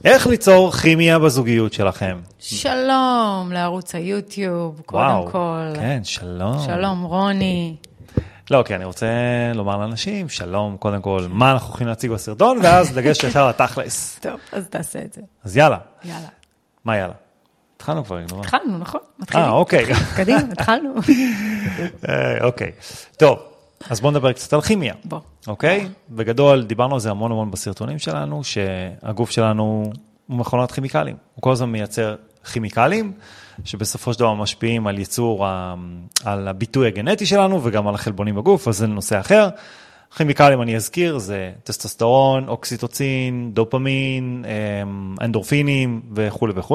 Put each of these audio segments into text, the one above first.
איך ליצור כימיה בזוגיות שלכם? שלום לערוץ היוטיוב, קודם כל. כן, שלום. שלום רוני. לא, כי אני רוצה לומר לאנשים, שלום, קודם כל, מה אנחנו הולכים להציג בסרטון, ואז לגש ישר לתכלס. טוב, אז תעשה את זה. אז יאללה. יאללה. מה יאללה? התחלנו כבר, לא? התחלנו, נכון? מתחילים. אוקיי. קדימה, התחלנו. אוקיי. טוב, אז בואו נדבר קצת על כימיה. בוא. אוקיי? בגדול, דיברנו על זה המון בסרטונים שלנו, שהגוף שלנו הוא מכונת כימיקלים. הוא כל הזמן מייצר כימיקלים, שבסופו של דבר משפיעים על ייצור, על הביטוי הגנטי שלנו, וגם על החלבונים בגוף, אז זה נושא אחר. כימיקלים, אני אזכיר, זה טסטוסטרון, אוקסיטוצין, דופמין, אנדורפינים וכו' וכו'.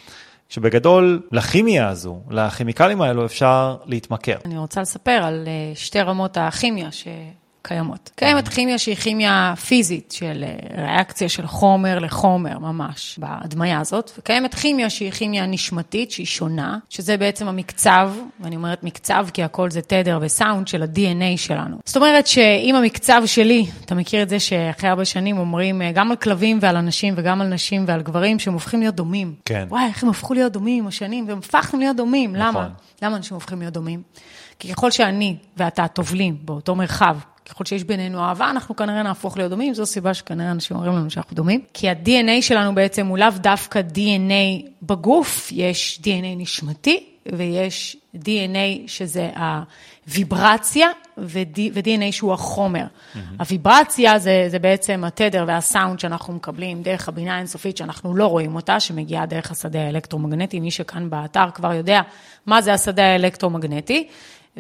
שבגדול, לכימיה הזו, לכימיקלים האלו אפשר להתמכר. אני רוצה לספר על שתי רמות הכימיה שקיימות. קיימת כימיה שהיא כימיה פיזית, של ריאקציה של חומר לחומר, ממש, בהדמיה הזאת. וקיימת כימיה שהיא כימיה נשמתית, שהיא שונה, שזה בעצם המקצב, ואני אומרת מקצב כי הכל זה תדר וסאונד של ה-DNA שלנו. זאת אומרת שאם המקצב שלי, אתה מכיר את זה שאחרי הרבה שנים אומרים, גם על כלבים ועל אנשים, וגם על נשים ועל גברים, שהם הופכים להיות דומים. כן. וואי, איך הם הפכו להיות דומים, או שנים, והם הפכנו להיות דומים. נכון. למה? למה אנשים הופכים להיות דומים? כי ככל שאני ואתה טובלים באותו מרחב, ככל שיש בינינו אהבה, אנחנו כנראה נהפוך להיות דומים, זו סיבה שכנראה אנשים אומרים לנו שאנחנו דומים. כי ה-DNA שלנו בעצם הוא לאו דווקא DNA בגוף, יש DNA נשמתי, ויש DNA שזה הוויברציה, ו-DNA שהוא החומר. הוויברציה זה בעצם התדר והסאונד שאנחנו מקבלים דרך הבינה האינסופית, שאנחנו לא רואים אותה, שמגיעה דרך השדה האלקטרומגנטי. מי שכאן באתר כבר יודע מה זה השדה האלקטרומגנטי.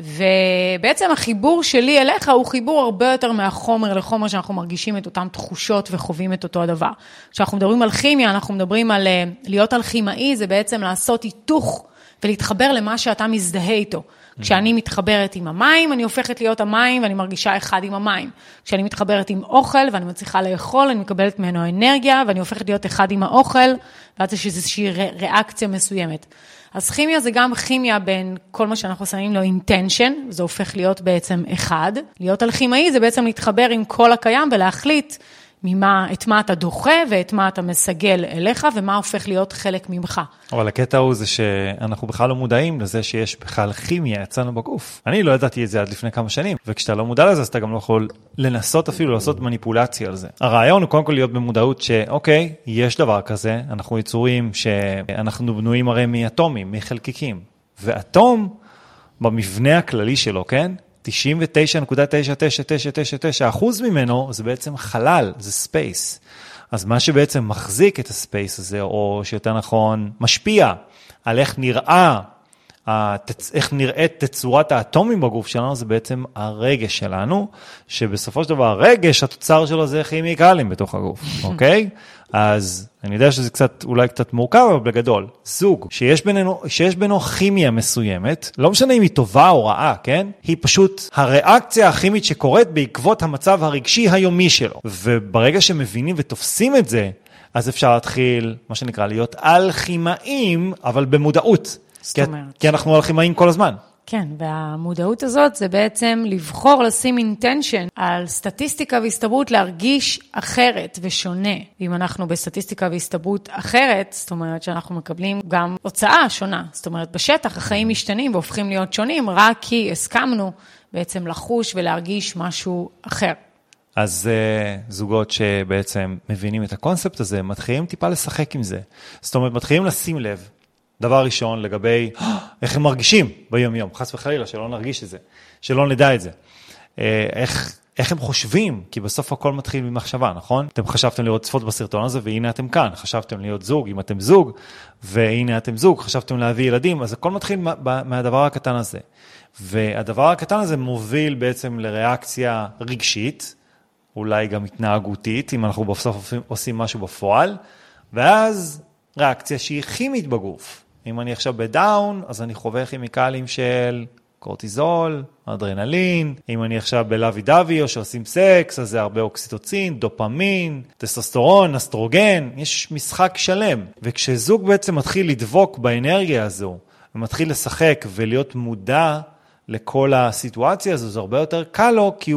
ובעצם החיבור שלי אליך הוא חיבור הרבה יותר מהחומר לחומר שאנחנו מרגישים את אותם תחושות וחווים את אותו הדבר. כשאנחנו מדברים על כימיה, אנחנו מדברים על להיות אלכימאי, זה בעצם לעשות היתוך ולהתחבר למה שאתה מזדהה איתו. כשאני מתחברת עם המים, אני הופכת להיות המים ואני מרגישה אחד עם המים. כשאני מתחברת עם אוכל ואני מצליחה לאכול, אני מקבלת ממנו אנרגיה ואני הופכת להיות אחד עם האוכל, ואז יש איזושהי ריאקציה מסוימת. אז כימיה זה גם כימיה בין כל מה שאנחנו שמים לו intention, זה הופך להיות בעצם אחד. להיות אלכימאי זה בעצם להתחבר עם כל הקיים ולהחליט את מה אתה דוחה ואת מה אתה מסגל אליך ומה הופך להיות חלק ממך. אבל הקטע הוא זה שאנחנו בכלל לא מודעים לזה שיש בכלל כימיה אצלנו בגוף. אני לא ידעתי את זה עד לפני כמה שנים, וכשאתה לא מודע לזה אז אתה גם לא יכול לנסות אפילו לעשות מניפולציה על זה. הרעיון הוא קודם כל להיות במודעות שאוקיי, יש דבר כזה, אנחנו יצורים שאנחנו בנויים הרי מאטומים, מחלקיקים. ואטום במבנה הכללי שלו, כן? 99.99999% ממנו זה בעצם חלל, זה ספייס. אז מה שבעצם מחזיק את הספייס הזה, או שיותר נכון, משפיע על איך נראית תצורת האטומים בגוף שלנו, זה בעצם הרגש שלנו, שבסופו של דבר הרגש, התוצר שלו זה כימיקלים בתוך הגוף, אוקיי? אז אני יודע שזה אולי קצת מורכב, אבל בגדול, זוג שיש בינו כימיה מסוימת, לא משנה אם היא טובה או רעה, כן? היא פשוט הריאקציה הכימית שקורית בעקבות המצב הרגשי היומי שלו. וברגע שמבינים ותופסים את זה, אז אפשר להתחיל, מה שנקרא, להיות אלכימאים, אבל במודעות. כי אנחנו אלכימאים כל הזמן. כן, והמודעות הזאת זה בעצם לבחור לשים אינטנשן על סטטיסטיקה והסתברות להרגיש אחרת ושונה. ואם אנחנו בסטטיסטיקה והסתברות אחרת, זאת אומרת שאנחנו מקבלים גם הוצאה שונה. זאת אומרת, בשטח החיים משתנים והופכים להיות שונים, רק כי הסכמנו בעצם לחוש ולהרגיש משהו אחר. אז זוגות שבעצם מבינים את הקונספט הזה, מתחילים טיפה לשחק עם זה. זאת אומרת, מתחילים לשים לב. דבר ראשון לגבי איך הם מרגישים ביום יום, חס וחלילה, שלא נרגיש את זה, שלא נדע את זה. איך הם חושבים, כי בסוף הכל מתחיל ממחשבה, נכון? אתם חשבתם לראות צפות בסרטון הזה, והנה אתם כאן. חשבתם להיות זוג, אם אתם זוג, והנה אתם זוג. חשבתם להביא ילדים, אז הכל מתחיל מהדבר הקטן הזה. והדבר הקטן הזה מוביל בעצם לריאקציה רגשית, אולי גם התנהגותית, אם אנחנו בסוף עושים משהו בפועל, ואז ריאקציה שהיא כימית בגוף. אם אני עכשיו בדאון, אז אני חווה כימיקלים של קורטיזול, אדרנלין. אם אני עכשיו בלוי דווי או שעושים סקס, אז זה הרבה אוקסיטוצין, דופמין, טסטוסטרון, אסטרוגן. יש משחק שלם. וכשזוג בעצם מתחיל לדבוק באנרגיה הזו, ומתחיל לשחק ולהיות מודע לכל הסיטואציה הזו, זה הרבה יותר קל לו, כי הוא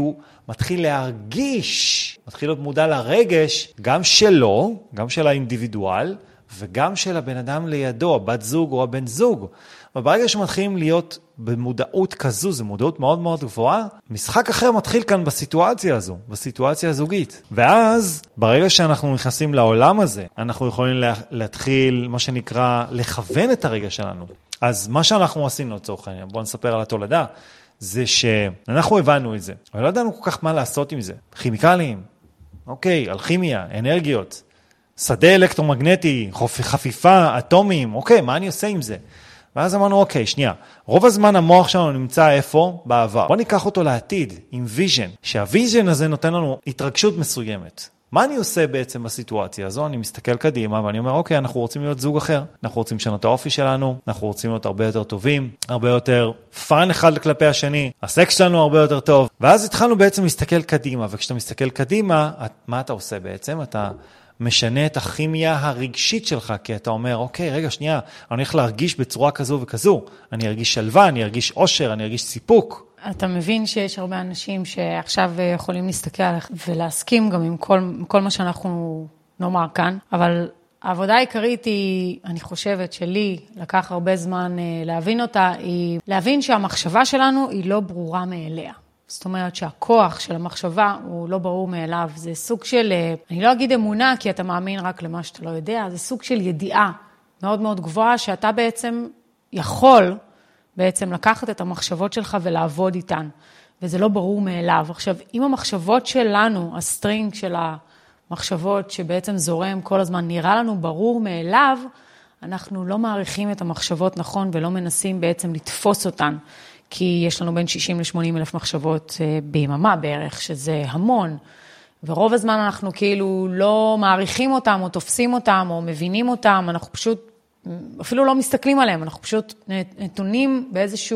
מתחיל להרגיש, מתחיל להיות מודע לרגש, גם שלו, גם של האינדיבידואל, וגם של הבן אדם לידו, הבת זוג או הבן זוג. וברגע שמתחילים להיות במודעות כזו, זו מודעות מאוד מאוד גבוהה, משחק אחר מתחיל כאן בסיטואציה הזו, בסיטואציה הזוגית. ואז, ברגע שאנחנו נכנסים לעולם הזה, אנחנו יכולים להתחיל, מה שנקרא, לכוון את הרגע שלנו. אז מה שאנחנו עשינו לצורך העניין, בואו נספר על התולדה, זה שאנחנו הבנו את זה, אבל לא ידענו כל כך מה לעשות עם זה. כימיקלים, אוקיי, אלכימיה, אנרגיות, שדה אלקטרומגנטי, חפיפה, אטומים, אוקיי, מה אני עושה עם זה? ואז אמרנו, אוקיי, שנייה, רוב הזמן המוח שלנו נמצא איפה? בעבר. בוא ניקח אותו לעתיד, עם ויז'ן, שהוויז'ן הזה נותן לנו התרגשות מסוימת. מה אני עושה בעצם בסיטואציה הזו? אני מסתכל קדימה ואני אומר, אוקיי, אנחנו רוצים להיות זוג אחר, אנחנו רוצים לשנות את האופי שלנו, אנחנו רוצים להיות הרבה יותר טובים, הרבה יותר פאן אחד כלפי השני, הסקס שלנו הרבה יותר טוב, ואז התחלנו בעצם להסתכל קדימה, וכשאתה מסתכל קדימה, מה אתה עושה בעצם? אתה משנה את הכימיה הרגשית שלך, כי אתה אומר, אוקיי, רגע, שנייה, אני הולך להרגיש בצורה כזו וכזו, אני ארגיש שלווה, אני ארגיש אושר, אני ארגיש סיפוק. אתה מבין שיש הרבה אנשים שעכשיו יכולים להסתכל עליך ולהסכים גם עם כל מה שאנחנו נאמר כאן, אבל העבודה העיקרית היא, אני חושבת שלי, לקח הרבה זמן להבין אותה, היא להבין שהמחשבה שלנו היא לא ברורה מאליה. זאת אומרת שהכוח של המחשבה הוא לא ברור מאליו, זה סוג של, אני לא אגיד אמונה, כי אתה מאמין רק למה שאתה לא יודע, זה סוג של ידיעה מאוד מאוד גבוהה, שאתה בעצם יכול בעצם לקחת את המחשבות שלך ולעבוד איתן, וזה לא ברור מאליו. עכשיו, אם המחשבות שלנו, הסטרינג של המחשבות שבעצם זורם כל הזמן, נראה לנו ברור מאליו, אנחנו לא מעריכים את המחשבות נכון, ולא מנסים בעצם לתפוס אותן, כי יש לנו בין 60 ל-80 אלף מחשבות ביממה בערך, שזה המון, ורוב הזמן אנחנו כאילו לא מעריכים אותם, או תופסים אותם, או מבינים אותם, אנחנו פשוט אפילו לא מסתכלים עליהם, אנחנו פשוט נתונים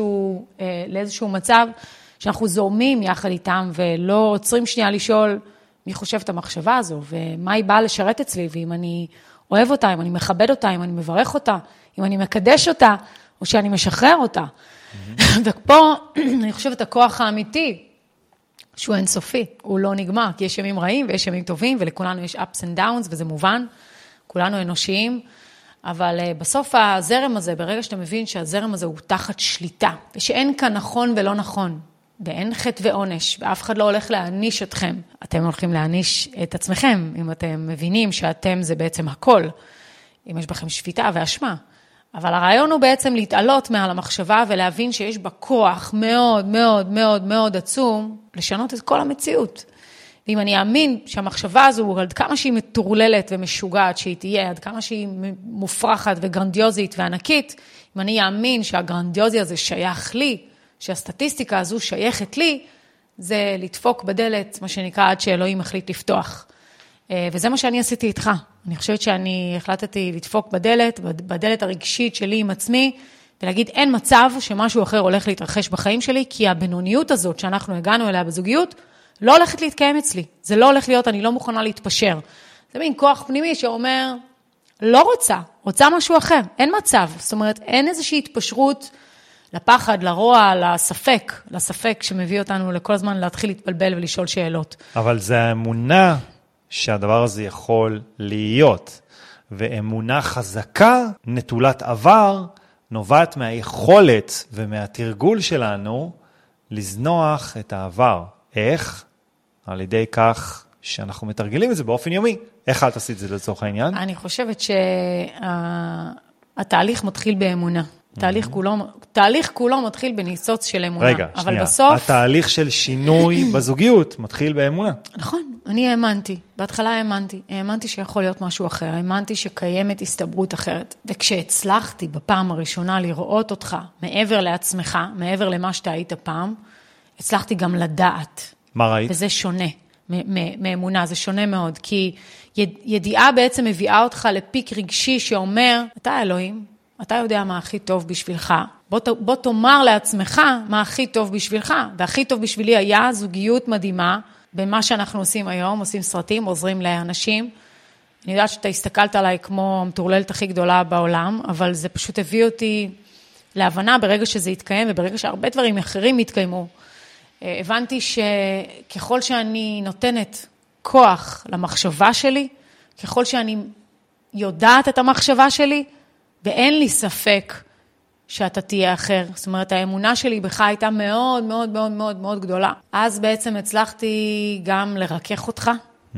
לאיזשהו מצב שאנחנו זורמים יחד איתם, ולא עוצרים שנייה לשאול מי חושב את המחשבה הזו, ומה היא באה לשרת אצלי, ואם אני אוהב אותה, אם אני מכבד אותה, אם אני מברך אותה, אם אני מקדש אותה, או שאני משחרר אותה. ופה אני חושבת הכוח האמיתי, שהוא אינסופי, הוא לא נגמר, כי יש ימים רעים ויש ימים טובים, ולכולנו יש ups and downs, וזה מובן, כולנו אנושיים, אבל בסוף הזרם הזה, ברגע שאתה מבין שהזרם הזה הוא תחת שליטה, ושאין כאן נכון ולא נכון, ואין חטא ועונש, ואף אחד לא הולך להעניש אתכם, אתם הולכים להעניש את עצמכם, אם אתם מבינים שאתם זה בעצם הכל, אם יש בכם שפיטה ואשמה. אבל הרעיון הוא בעצם להתעלות מעל המחשבה, ולהבין שיש בה כוח מאוד מאוד מאוד מאוד עצום, לשנות את כל המציאות. ואם אני אאמין שהמחשבה הזו, עד כמה שהיא מטורללת ומשוגעת שהיא תהיה, עד כמה שהיא מופרחת וגרנדיוזית וענקית, אם אני אאמין שהגרנדיוזיה הזה שייך לי, שהסטטיסטיקה הזו שייכת לי, זה לדפוק בדלת, מה שנקרא, עד שאלוהים החליט לפתוח. וזה מה שאני עשיתי איתך. אני חושבת שאני החלטתי לדפוק בדלת הרגשית שלי עם עצמי, ולהגיד אין מצב שמשהו אחר הולך להתרחש בחיים שלי, כי הבינוניות הזאת שאנחנו הגענו אליה בזוגיות, לא הולכת להתקיים אצלי. זה לא הולך להיות, אני לא מוכנה להתפשר. זה מין כוח פנימי שאומר, לא רוצה משהו אחר, אין מצב. זאת אומרת, אין איזושהי התפשרות לפחד, לרוע, לספק שמביא אותנו לכל הזמן להתחיל להתבלבל ולשאול שאלות. אבל זה האמונה שהדבר הזה יכול להיות, ואמונה חזקה, נטולת עבר, נובעת מהיכולת ומהתרגול שלנו לזנוח את העבר. איך? על ידי כך שאנחנו מתרגלים את זה באופן יומי. איך את עשית את זה לצורך העניין? אני חושבת שהתהליך מתחיל באמונה. תהליך כולו מתחיל בניסוץ של אמונה. רגע, שנייה. בסוף... התהליך של שינוי בזוגיות מתחיל באמונה. נכון, אני האמנתי. בהתחלה האמנתי שיכול להיות משהו אחר. האמנתי שקיימת הסתברות אחרת. וכשהצלחתי בפעם הראשונה לראות אותך מעבר לעצמך, מעבר למה שאתה היית פעם, הצלחתי גם לדעת. מה ראית? וזה שונה מאמונה, זה שונה מאוד. כי ידיעה בעצם מביאה אותך לפיק רגשי שאומר, אתה אלוהים, אתה יודע מה הכי טוב בשבילך. בוא תאמר לעצמך מה הכי טוב בשבילך. והכי טוב בשבילי היה זוגיות מדהימה, במה שאנחנו עושים היום, עושים סרטים, עוזרים לאנשים. אני יודעת שאתה הסתכלת עליי כמו המטורללת הכי גדולה בעולם, אבל זה פשוט הביא אותי להבנה ברגע שזה יתקיים, וברגע שהרבה דברים אחרים יתקיימו, הבנתי שככל שאני נותנת כוח למחשבה שלי, ככל שאני יודעת את המחשבה שלי, ואין לי ספק שאתה תהיה אחר. זאת אומרת, האמונה שלי בך הייתה מאוד מאוד מאוד מאוד מאוד גדולה. אז בעצם הצלחתי גם לרכך אותך,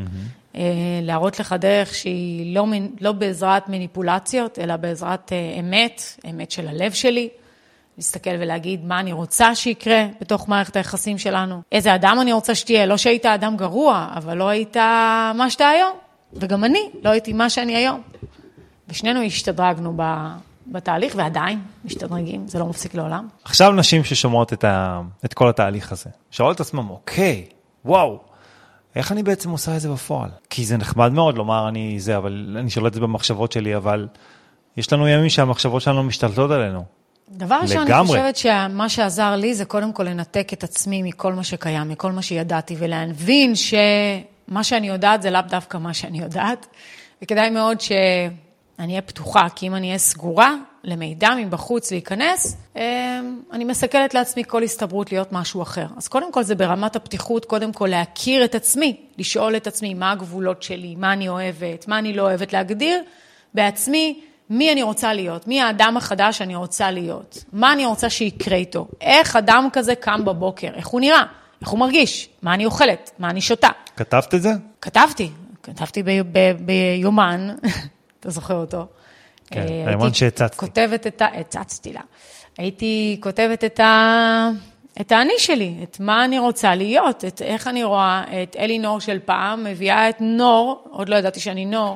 להראות לך דרך שהיא לא בעזרת מניפולציות, אלא בעזרת אמת של הלב שלי, להסתכל ולהגיד מה אני רוצה שיקרה בתוך מערכת היחסים שלנו, איזה אדם אני רוצה שתהיה, לא שהיית אדם גרוע, אבל לא היית מה שאתה היום, וגם אני לא הייתי מה שאני היום. ושנינו השתדרגנו בתהליך, ועדיין משתדרגים, זה לא מפסיק לעולם. עכשיו נשים ששומעות את כל התהליך הזה, שואלות את עצמם, אוקיי, וואו, איך אני בעצם עושה את זה בפועל? כי זה נחמד מאוד לומר אני זה, אבל אני שולט את זה במחשבות שלי, אבל יש לנו ימים שהמחשבות שלנו משתלטות עלינו. דבר ראשון, אני חושבת שמה שעזר לי זה קודם כל לנתק את עצמי מכל מה שקיים, מכל מה שידעתי, ולהבין שמה שאני יודעת זה לאו דווקא מה שאני יודעת, וכדאי מאוד שאני אהיה פתוחה, כי אם אני אהיה סגורה למידע מבחוץ להיכנס, אני מסכלת לעצמי כל הסתברות להיות משהו אחר. אז קודם כל זה ברמת הפתיחות, קודם כל להכיר את עצמי, לשאול את עצמי מה הגבולות שלי, מה אני אוהבת, מה אני לא אוהבת, להגדיר בעצמי מי אני רוצה להיות, מי האדם החדש שאני רוצה להיות, מה אני רוצה שיקרה איתו, איך אדם כזה קם בבוקר, איך הוא נראה, איך הוא מרגיש, מה אני אוכלת, מה אני שותה. כתבת את זה? כתבתי ביומן, אתה זוכר אותו? כן, היומן שהצצתי. הצצתי לה. הייתי כותבת את האני שלי, את מה אני רוצה להיות, את איך אני רואה את אלינור של פעם, מביאה את נור, עוד לא ידעתי שאני נור,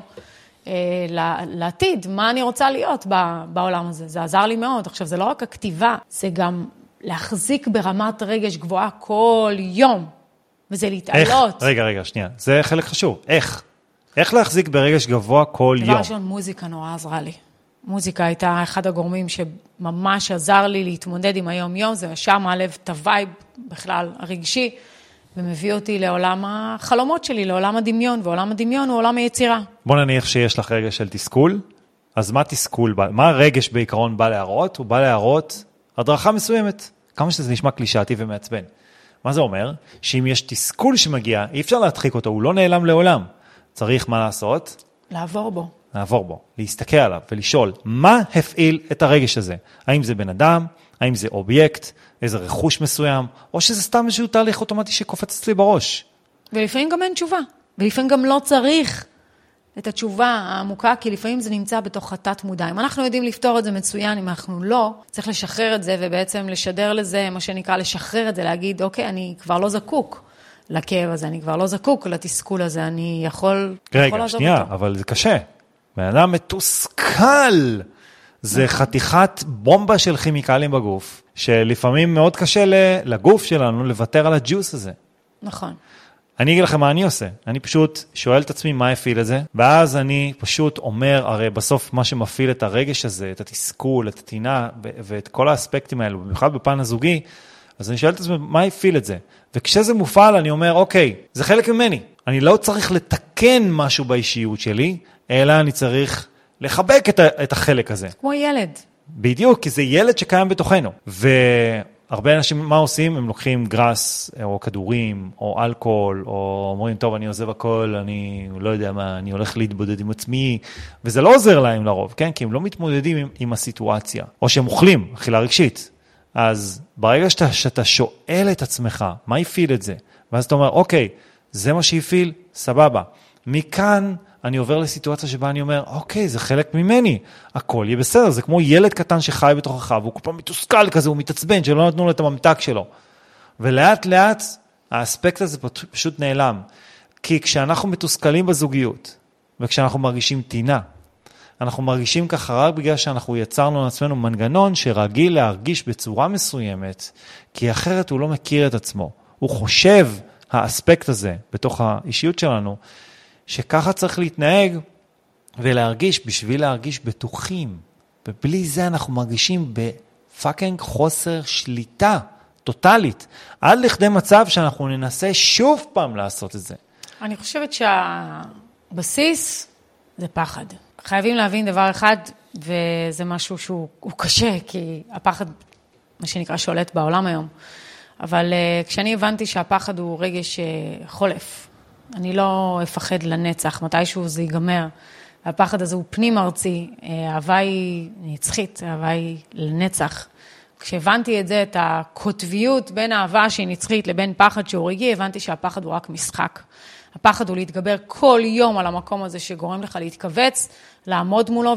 לעתיד, מה אני רוצה להיות בעולם הזה. זה עזר לי מאוד. עכשיו, זה לא רק הכתיבה, זה גם להחזיק ברמת רגש גבוהה כל יום, וזה להתעלות. רגע, שנייה. זה חלק חשוב. איך להחזיק ברגש גבוה כל יום? דבר ראשון, מוזיקה נורא עזרה לי. מוזיקה הייתה אחד הגורמים שממש עזר לי להתמודד עם היום-יום, זה ישר מעלה את הווייב בכלל הרגשי, ומביא אותי לעולם החלומות שלי, לעולם הדמיון, ועולם הדמיון הוא עולם היצירה. בוא נניח שיש לך רגש של תסכול, אז מה תסכול? מה הרגש בעיקרון בא להראות? הוא בא להראות הדרכה מסוימת, כמה שזה נשמע קלישאתי ומעצבן. מה זה אומר? שאם יש תסכול שמגיע, אי אפשר להדחיק אותו, הוא לא נעלם לעולם. צריך מה לעשות? לעבור בו, להסתכל עליו ולשאול, מה הפעיל את הרגש הזה? האם זה בן אדם? האם זה אובייקט? איזה רכוש מסוים? או שזה סתם איזשהו תהליך אוטומטי שקופץ אצלי בראש? ולפעמים גם אין תשובה. ולפעמים גם לא צריך את התשובה העמוקה, כי לפעמים זה נמצא בתוך התת מודע. אם אנחנו יודעים לפתור את זה מצוין, אם אנחנו לא, צריך לשחרר את זה ובעצם לשדר לזה, מה שנקרא לשחרר את זה, להגיד, אוקיי, אני כבר לא זקוק לכאב הזה, אני כבר לא זקוק לתסכול הזה, אני יכול רגע, שנייה, אותו. אבל זה קשה. בן אדם מתוסכל. זה חתיכת בומבה של כימיקלים בגוף, שלפעמים מאוד קשה לגוף שלנו לוותר על הג'וס הזה. נכון. אני אגיד לכם מה אני עושה. אני פשוט שואל את עצמי מה הפעיל את זה, ואז אני פשוט אומר, הרי בסוף מה שמפעיל את הרגש הזה, את התסכול, את התינה, ואת כל האספקטים האלו, במיוחד בפן הזוגי, אז אני שואל את עצמי מה הפעיל את זה. וכשזה מופעל אני אומר, אוקיי, זה חלק ממני. אני לא צריך לתקן משהו באישיות שלי, אלא אני צריך לחבק את החלק הזה. כמו ילד. בדיוק, כי זה ילד שקיים בתוכנו. והרבה אנשים, מה עושים? הם לוקחים גרס, או כדורים, או אלכוהול, או אומרים, טוב, אני עוזב הכל, אני לא יודע מה, אני הולך להתבודד עם עצמי, וזה לא עוזר להם לרוב, כן? כי הם לא מתמודדים עם הסיטואציה, או שהם אוכלים, אכילה רגשית. אז ברגע שאתה שואל את עצמך, מה יפעיל את זה? ואז אתה אומר, אוקיי, זה מה שיפעיל, סבבה. מכאן אני עובר לסיטואציה שבה אני אומר, אוקיי, זה חלק ממני, הכל יהיה בסדר, זה כמו ילד קטן שחי בתוכך, והוא כל פעם מתוסכל כזה, הוא מתעצבן, שלא נתנו לו את הממתק שלו. ולאט לאט, האספקט הזה פשוט נעלם. כי כשאנחנו מתוסכלים בזוגיות, וכשאנחנו מרגישים תינה, אנחנו מרגישים ככה רק בגלל שאנחנו יצרנו לעצמנו מנגנון שרגיל להרגיש בצורה מסוימת, כי אחרת הוא לא מכיר את עצמו. הוא חושב, האספקט הזה, בתוך האישיות שלנו, שככה צריך להתנהג ולהרגיש, בשביל להרגיש בטוחים. ובלי זה אנחנו מרגישים בפאקינג חוסר שליטה טוטלית, עד לכדי מצב שאנחנו ננסה שוב פעם לעשות את זה. אני חושבת שהבסיס זה פחד. חייבים להבין דבר אחד, וזה משהו שהוא קשה, כי הפחד, מה שנקרא, שולט בעולם היום. אבל כשאני הבנתי שהפחד הוא רגש חולף, אני לא אפחד לנצח, מתישהו זה ייגמר. הפחד הזה הוא פנים ארצי, אהבה היא נצחית, אהבה היא לנצח. כשהבנתי את זה, את הקוטביות בין אהבה שהיא נצחית לבין פחד שהוא רגעי, הבנתי שהפחד הוא רק משחק. הפחד הוא להתגבר כל יום על המקום הזה שגורם לך להתכווץ, לעמוד מולו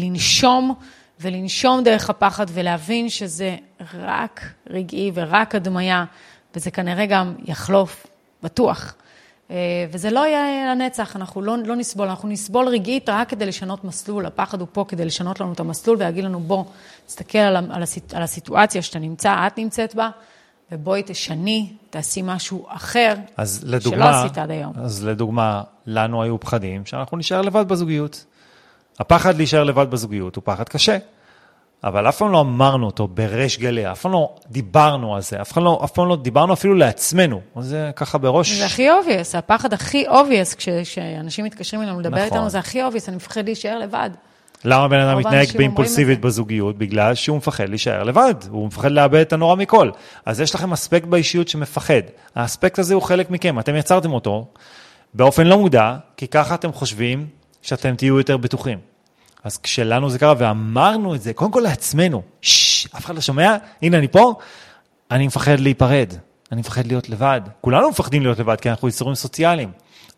ולנשום דרך הפחד ולהבין שזה רק רגעי ורק הדמיה, וזה כנראה גם יחלוף, בטוח. וזה לא יהיה לנצח, אנחנו לא נסבול, אנחנו נסבול רגעית רק כדי לשנות מסלול, הפחד הוא פה כדי לשנות לנו את המסלול, ויגיד לנו בוא, תסתכל על הסיטואציה שאתה נמצא, את נמצאת בה, ובואי תשני, תעשי משהו אחר, שלא עשית עד היום. אז לדוגמה, לנו היו פחדים שאנחנו נשאר לבד בזוגיות. הפחד להישאר לבד בזוגיות הוא פחד קשה, אבל אף פעם לא אמרנו אותו בריש גלי, אף פעם לא דיברנו על זה, אף פעם לא דיברנו אפילו לעצמנו. זה ככה בראש. זה הכי obvious, הפחד הכי obvious, כשאנשים מתקשרים אלינו לדבר איתנו, זה הכי obvious, אני מפחד להישאר לבד. למה בן אדם מתנהג באימפולסיבית בזוגיות? בגלל שהוא מפחד להישאר לבד, הוא מפחד לאבד את הנורא מכל. אז יש לכם אספקט באישיות שמפחד. האספקט הזה הוא חלק מכם, אתם יצרתם אותו באופן לא מודע, כי ככה אתם חושבים שאתם תהיו יותר בטוחים. אז כשלנו זה קרה ואמרנו את זה, קודם כל לעצמנו, אף אחד לא שומע, הנה אני פה, אני מפחד להיפרד, אני מפחד להיות לבד. כולנו מפחדים להיות לבד, כי אנחנו יצורים סוציאליים.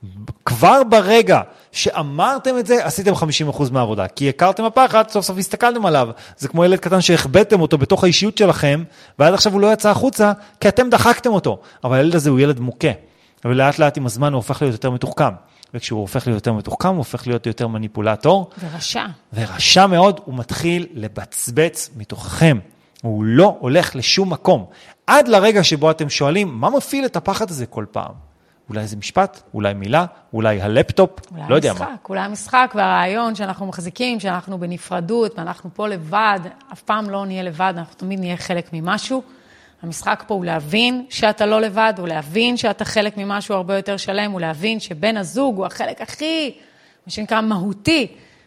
כבר ברגע שאמרתם את זה, עשיתם 50% מהעבודה, כי הכרתם הפחד, סוף סוף הסתכלתם עליו. זה כמו ילד קטן שהכבדתם אותו בתוך האישיות שלכם, ועד עכשיו הוא לא יצא החוצה, כי אתם דחקתם אותו. אבל הילד הזה הוא ילד מוכה, ולאט לאט עם הזמן הוא הופך להיות יותר מתוחכם. וכשהוא הופך להיות יותר מתוחכם, הוא הופך להיות יותר מניפולטור. ורשע. ורשע מאוד, הוא מתחיל לבצבץ מתוככם. הוא לא הולך לשום מקום. עד לרגע שבו אתם שואלים, מה מפעיל את הפחד הזה כל פעם? אולי זה משפט, אולי מילה, אולי הלפטופ, לא יודע מה. אולי המשחק והרעיון שאנחנו מחזיקים, שאנחנו בנפרדות, ואנחנו פה לבד, אף פעם לא נהיה לבד, אנחנו תמיד נהיה חלק ממשהו. המשחק פה הוא להבין שאתה לא לבד, הוא להבין שאתה חלק ממשהו הרבה יותר שלם, הוא להבין שבן הזוג הוא החלק הכי, מה שנקרא מהותי,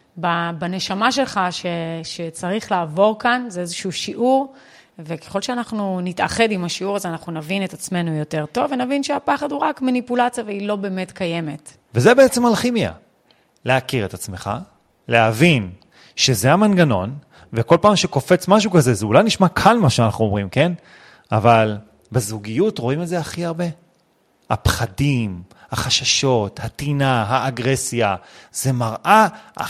בנשמה שלך שצריך לעבור כאן, זה איזשהו שיעור, וככל שאנחנו נתאחד עם השיעור הזה, אנחנו נבין את עצמנו יותר טוב, ונבין שהפחד הוא רק מניפולציה והיא לא באמת קיימת. וזה בעצם אלכימיה. להכיר את עצמך, להבין שזה המנגנון, וכל פעם שקופץ משהו כזה, זה אולי נשמע קל מה שאנחנו אומרים, כן? אבל בזוגיות רואים את זה הכי הרבה. הפחדים, החששות, הטינה, האגרסיה, זה מראה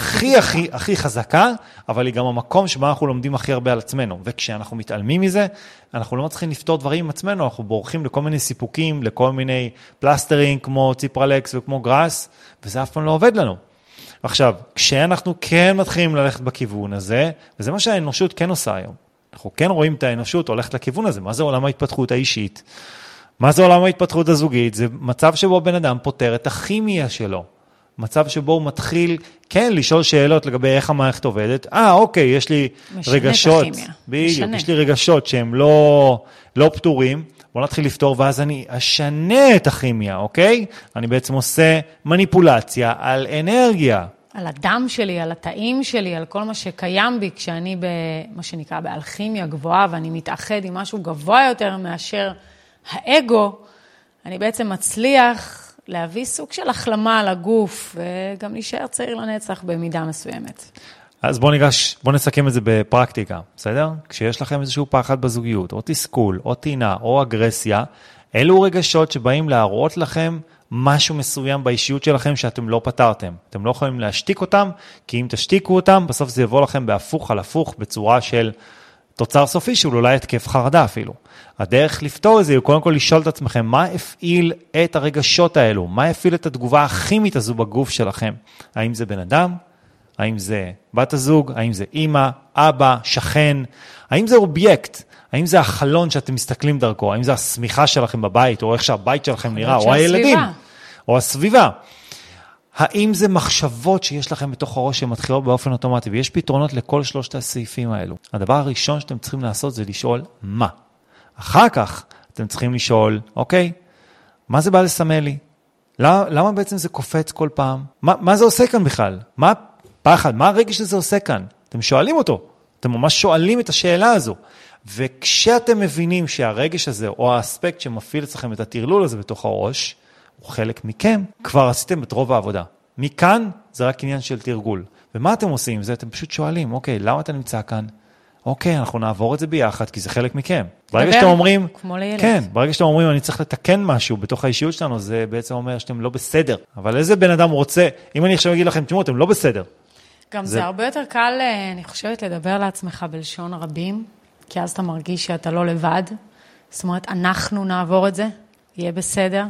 הכי חזקה, אבל היא גם המקום שבה אנחנו לומדים הכי הרבה על עצמנו. וכשאנחנו מתעלמים מזה, אנחנו לא מצליחים לפתור דברים עם עצמנו, אנחנו בורחים לכל מיני סיפוקים, לכל מיני פלסטרים כמו ציפרלקס וכמו גרס, וזה אף פעם לא עובד לנו. עכשיו, כשאנחנו כן מתחילים ללכת בכיוון הזה, וזה מה שהאנושות כן עושה היום, אנחנו כן רואים את האנושות הולכת לכיוון הזה, מה זה עולם ההתפתחות האישית? מה זה עולם ההתפתחות הזוגית? זה מצב שבו בן אדם פותר את הכימיה שלו. מצב שבו הוא מתחיל, כן, לשאול שאלות לגבי איך המערכת עובדת. אוקיי, יש לי רגשות. בדיוק, יש לי רגשות שהם לא פתורים. בוא נתחיל לפתור, ואז אני אשנה את הכימיה, אוקיי? אני בעצם עושה מניפולציה על אנרגיה. על הדם שלי, על התאים שלי, על כל מה שקיים בי, כשאני במה שנקרא באלכימיה גבוהה, ואני מתאחד עם משהו גבוה יותר מאשר האגו, אני בעצם מצליח להביא סוג של החלמה על הגוף, וגם להישאר צעיר לנצח במידה מסוימת. אז בוא נסכם את זה בפרקטיקה, בסדר? כשיש לכם איזשהו פחד בזוגיות, או תסכול, או טינה, או אגרסיה, אלו רגשות שבאים להראות לכם משהו מסוים באישיות שלכם שאתם לא פתרתם. אתם לא יכולים להשתיק אותם, כי אם תשתיקו אותם, בסוף זה יבוא לכם בהפוך על הפוך, בצורה של תוצר סופי, שהוא אולי התקף חרדה אפילו. הדרך לפתור את זה, הוא קודם כל לשאול את עצמכם, מה הפעיל את הרגשות האלו? מה הפעיל את התגובה הכימית הזו בגוף שלכם? האם זה בן אדם? האם זה בת הזוג? האם זה אמא, אבא, שכן? האם זה אובייקט? האם זה החלון שאתם מסתכלים דרכו? האם זה הסמיכה שלכם בבית, או איך שהבית שלכם נראה, או הילדים, או הסביבה? האם זה מחשבות שיש לכם בתוך הראש שמתחילות באופן אוטומטי, ויש פתרונות לכל שלושת הסעיפים האלו. הדבר הראשון שאתם צריכים לעשות זה לשאול מה. אחר כך אתם צריכים לשאול, אוקיי, מה זה בא לסמל לי? למה בעצם זה קופץ כל פעם? מה זה עושה כאן בכלל? מה הפחד? מה הרגש שזה עושה כאן? אתם שואלים אותו. אתם ממש שואלים את השאלה הזו. וכשאתם מבינים שהרגש הזה, או האספקט שמפעיל אצלכם את התרלול הזה בתוך הראש, הוא חלק מכם, כבר עשיתם את רוב העבודה. מכאן זה רק עניין של תרגול. ומה אתם עושים? זה אתם פשוט שואלים, אוקיי, למה אתה נמצא כאן? אוקיי, אנחנו נעבור את זה ביחד, כי זה חלק מכם. ברגע שאתם אומרים, כמו לילד. כן, ברגע שאתם אומרים, אני צריך לתקן משהו בתוך האישיות שלנו, זה בעצם אומר שאתם לא בסדר. אבל איזה בן אדם רוצה, אם אני עכשיו אגיד לכם, תשמעו, אתם לא בסדר. גם זה הרבה יותר קל, אני חושבת, לדבר לעצמך בלשון רבים, כי אז אתה מרגיש שאתה לא לבד. זאת אומרת, אנחנו נעבור את זה, יהיה בסדר.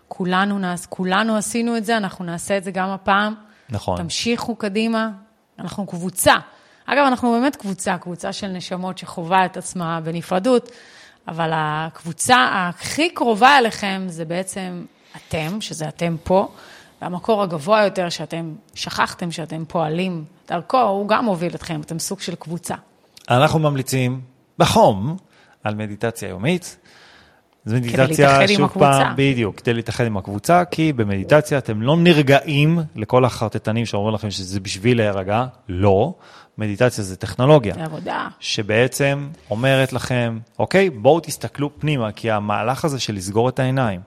כולנו עשינו את זה, אנחנו נעשה את זה גם הפעם. נכון. תמשיכו קדימה, אנחנו קבוצה. אגב, אנחנו באמת קבוצה של נשמות שחובה את עצמה בנפרדות, אבל הקבוצה הכי קרובה אליכם זה בעצם אתם, שזה אתם פה, והמקור הגבוה יותר שאתם שכחתם שאתם פועלים דרכו, הוא גם מוביל אתכם, אתם סוג של קבוצה. אנחנו ממליצים בחום על מדיטציה יומית. זו מדיטציה, כדי להתאחד עם הקבוצה. בדיוק, כדי להתאחד עם הקבוצה, כי במדיטציה אתם לא נרגעים לכל החרטטנים שאומרים לכם שזה בשביל להירגע, לא. מדיטציה זה טכנולוגיה. זה עבודה. שבעצם אומרת לכם, אוקיי, בואו תסתכלו פנימה, כי המהלך הזה של לסגור את העיניים,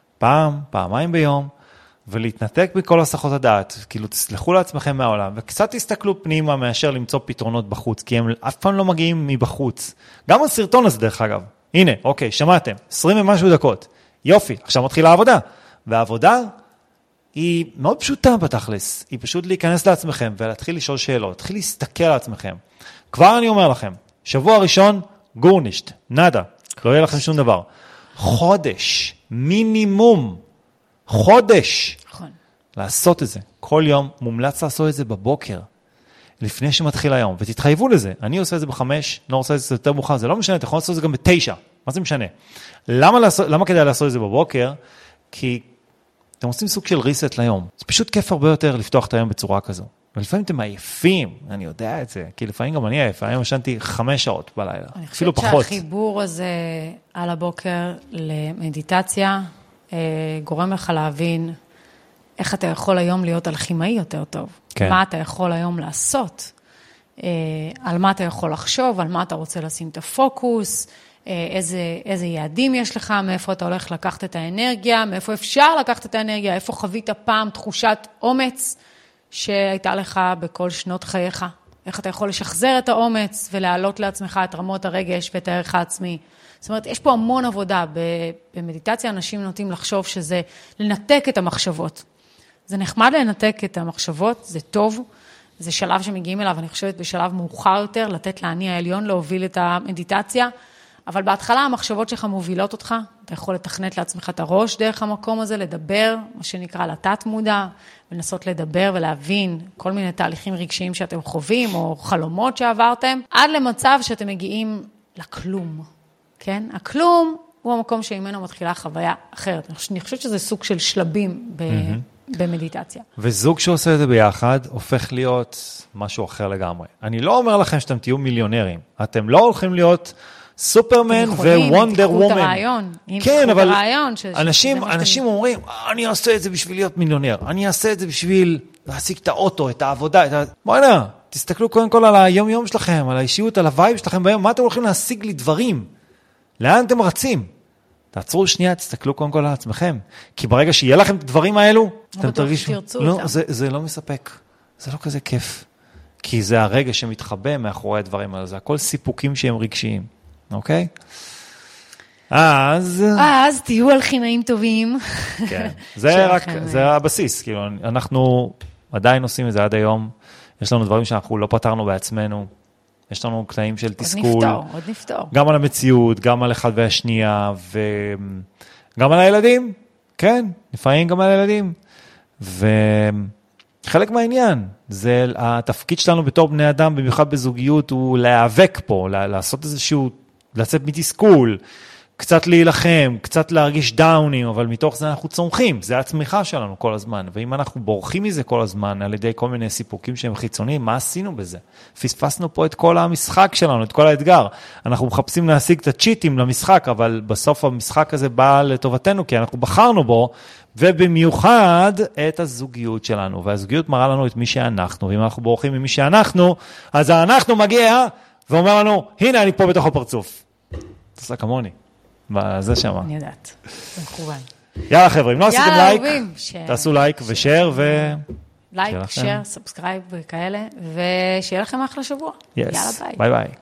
פעמיים ביום, ולהתנתק מכל הסחות הדעת, כאילו תסלחו לעצמכם מהעולם, וקצת תסתכלו פנימה מאשר למצוא פתרונות בחוץ, כי הם אף פעם לא מגיעים מבחוץ. גם הסרטון הזה דרך אגב, הנה, אוקיי, שמעתם, 20 ומשהו דקות, יופי, עכשיו מתחילה העבודה, והעבודה היא מאוד פשוטה בתכלס, היא פשוט להיכנס לעצמכם ולהתחיל לשאול שאלות, להתחיל להסתכל על עצמכם. כבר אני אומר לכם, שבוע ראשון, גורנישט, נדה, לא יהיה לכם שום דבר. חודש, מינימום, חודש, נכון. לעשות את זה. כל יום מומלץ לעשות את זה בבוקר, לפני שמתחיל היום, ותתחייבו לזה. אני עושה את זה ב5, לא עושה את זה יותר מאוחר, זה לא משנה, אתה יכול לעשות את זה גם ב9, מה זה משנה? למה כדאי לעשות את זה בבוקר? כי אתם עושים סוג של ריסט ליום. זה פשוט כיף הרבה יותר לפתוח את היום בצורה כזו. ולפעמים אתם עייפים, אני יודע את זה, כי לפעמים גם אני עייף, היום ישנתי 5 שעות בלילה, אפילו פחות. אני חושבת שהחיבור הזה על הבוקר למדיטציה, גורם לך להבין איך אתה יכול היום להיות אלכימאי יותר טוב. כן. מה אתה יכול היום לעשות, על מה אתה יכול לחשוב, על מה אתה רוצה לשים את הפוקוס, איזה יעדים יש לך, מאיפה אתה הולך לקחת את האנרגיה, מאיפה אפשר לקחת את האנרגיה, איפה חווית פעם תחושת אומץ שהייתה לך בכל שנות חייך. איך אתה יכול לשחזר את האומץ ולהעלות לעצמך את רמות הרגש ואת הערך העצמי. זאת אומרת, יש פה המון עבודה. במדיטציה אנשים נוטים לחשוב שזה לנתק את המחשבות. זה נחמד לנתק את המחשבות, זה טוב, זה שלב שמגיעים אליו, אני חושבת בשלב מאוחר יותר, לתת לעני העליון להוביל את המדיטציה, אבל בהתחלה המחשבות שלך מובילות אותך, אתה יכול לתכנת לעצמך את הראש דרך המקום הזה, לדבר, מה שנקרא לתת מודע, ולנסות לדבר ולהבין כל מיני תהליכים רגשיים שאתם חווים, או חלומות שעברתם, עד למצב שאתם מגיעים לכלום, כן? הכלום הוא המקום שממנו מתחילה חוויה אחרת. אני חושבת שזה סוג של שלבים במדיטציה. וזוג שעושה את זה ביחד, הופך להיות משהו אחר לגמרי. אני לא אומר לכם שאתם תהיו מיליונרים, אתם לא הולכים להיות סופרמן ווונדר וומן. הרעיון. כן, אבל אנשים אומרים, אני אעשה את זה בשביל להיות מיליונר, אני אעשה את זה בשביל להשיג את האוטו, את העבודה, בואי נה, תסתכלו קודם כל על היום יום שלכם, על האישיות, על הווייב שלכם ביום, מה אתם הולכים להשיג לי דברים? לאן אתם רצים? תעצרו שנייה, תסתכלו קודם כל על עצמכם, כי ברגע שיהיה לכם את הדברים האלו, אתם תרגישו, לא, זה לא מספק, זה לא כזה כיף, כי זה הרגע שמתחבא מאחורי הדברים האלה, זה הכל סיפוקים שהם רגשיים. אוקיי? אז תהיו אלכימאים טובים. כן, זה הבסיס, כאילו, אנחנו עדיין עושים את זה עד היום, יש לנו דברים שאנחנו לא פתרנו בעצמנו, יש לנו קטעים של תסכול. עוד נפתור. גם על המציאות, גם על אחד והשנייה, וגם על הילדים, כן, לפעמים גם על הילדים. וחלק מהעניין, זה התפקיד שלנו בתור בני אדם, במיוחד בזוגיות, הוא להיאבק פה, לעשות איזשהו, לצאת מתסכול, קצת להילחם, קצת להרגיש דאונים, אבל מתוך זה אנחנו צומחים, זה הצמיחה שלנו כל הזמן, ואם אנחנו בורחים מזה כל הזמן, על ידי כל מיני סיפוקים שהם חיצוניים, מה עשינו בזה? פספסנו פה את כל המשחק שלנו, את כל האתגר, אנחנו מחפשים להשיג את הצ'יטים למשחק, אבל בסוף המשחק הזה בא לטובתנו, כי אנחנו בחרנו בו, ובמיוחד את הזוגיות שלנו, והזוגיות מראה לנו את מי שאנחנו, ואם אנחנו בורחים ממי שאנחנו, אז אנחנו מגיע ואומר לנו, הנה אני פה בתוך הפרצוף. תעשה כמוני. זה שמה. אני יודעת. זה מכוון. יאללה חבר'ה, אם לא עשיתם לייק, אהובים, תעשו לייק ושאר לייק, שייר, סאבסקרייב וכאלה, ושיהיה לכם אחלה שבוע. יאללה ביי. ביי ביי.